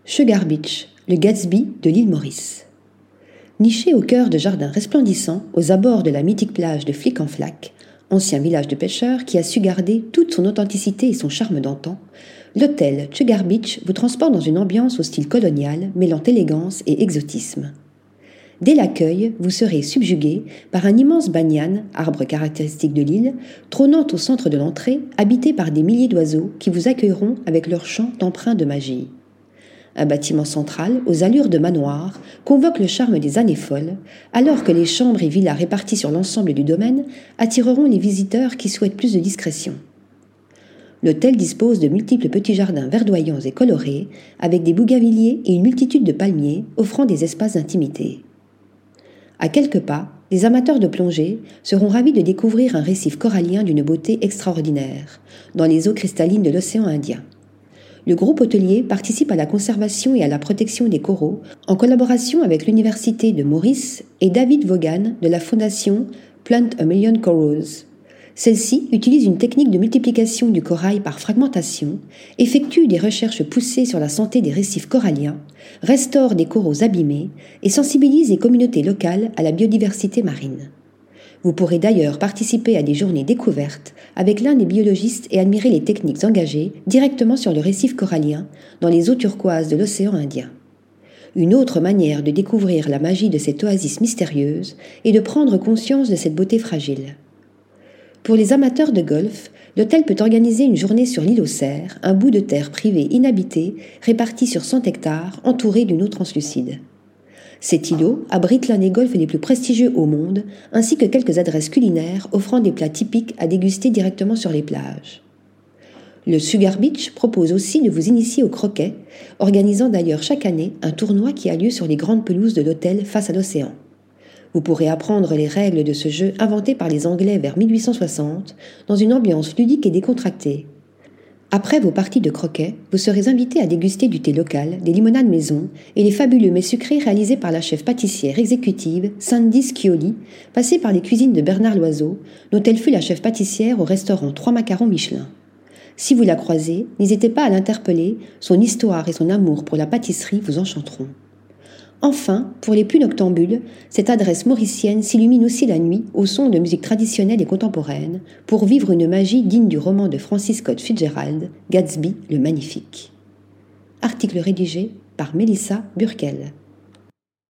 Sugar Beach, le Gatsby de l'île Maurice. Niché au cœur de jardins resplendissants, aux abords de la mythique plage de Flic-en-Flac, ancien village de pêcheurs qui a su garder toute son authenticité et son charme d'antan, l'hôtel Sugar Beach vous transporte dans une ambiance au style colonial, mêlant élégance et exotisme. Dès l'accueil, vous serez subjugué par un immense banyan, arbre caractéristique de l'île, trônant au centre de l'entrée, habité par des milliers d'oiseaux qui vous accueilleront avec leurs chants empreints de magie. Un bâtiment central, aux allures de manoir, convoque le charme des années folles, alors que les chambres et villas réparties sur l'ensemble du domaine attireront les visiteurs qui souhaitent plus de discrétion. L'hôtel dispose de multiples petits jardins verdoyants et colorés, avec des bougainvilliers et une multitude de palmiers offrant des espaces d'intimité. À quelques pas, les amateurs de plongée seront ravis de découvrir un récif corallien d'une beauté extraordinaire, dans les eaux cristallines de l'océan Indien. Le groupe hôtelier participe à la conservation et à la protection des coraux en collaboration avec l'Université de Maurice et David Vaughan de la fondation Plant a Million Corals. Celle-ci utilise une technique de multiplication du corail par fragmentation, effectue des recherches poussées sur la santé des récifs coralliens, restaure des coraux abîmés et sensibilise les communautés locales à la biodiversité marine. Vous pourrez d'ailleurs participer à des journées découvertes avec l'un des biologistes et admirer les techniques engagées directement sur le récif corallien dans les eaux turquoises de l'océan Indien. Une autre manière de découvrir la magie de cette oasis mystérieuse est de prendre conscience de cette beauté fragile. Pour les amateurs de golf, l'hôtel peut organiser une journée sur l'île aux cerfs, un bout de terre privée inhabité réparti sur 100 hectares entouré d'une eau translucide. Cet îlot abrite l'un des golfs les plus prestigieux au monde, ainsi que quelques adresses culinaires offrant des plats typiques à déguster directement sur les plages. Le Sugar Beach propose aussi de vous initier au croquet, organisant d'ailleurs chaque année un tournoi qui a lieu sur les grandes pelouses de l'hôtel face à l'océan. Vous pourrez apprendre les règles de ce jeu inventé par les Anglais vers 1860 dans une ambiance ludique et décontractée. Après vos parties de croquet, vous serez invité à déguster du thé local, des limonades maison et les fabuleux mets sucrés réalisés par la chef pâtissière exécutive Sandy Scioli, passée par les cuisines de Bernard Loiseau, dont elle fut la chef pâtissière au restaurant 3 Macarons Michelin. Si vous la croisez, n'hésitez pas à l'interpeller, son histoire et son amour pour la pâtisserie vous enchanteront. Enfin, pour les plus noctambules, cette adresse mauricienne s'illumine aussi la nuit au son de musique traditionnelle et contemporaine pour vivre une magie digne du roman de Francis Scott Fitzgerald, Gatsby le Magnifique. Article rédigé par Mélissa Burkel.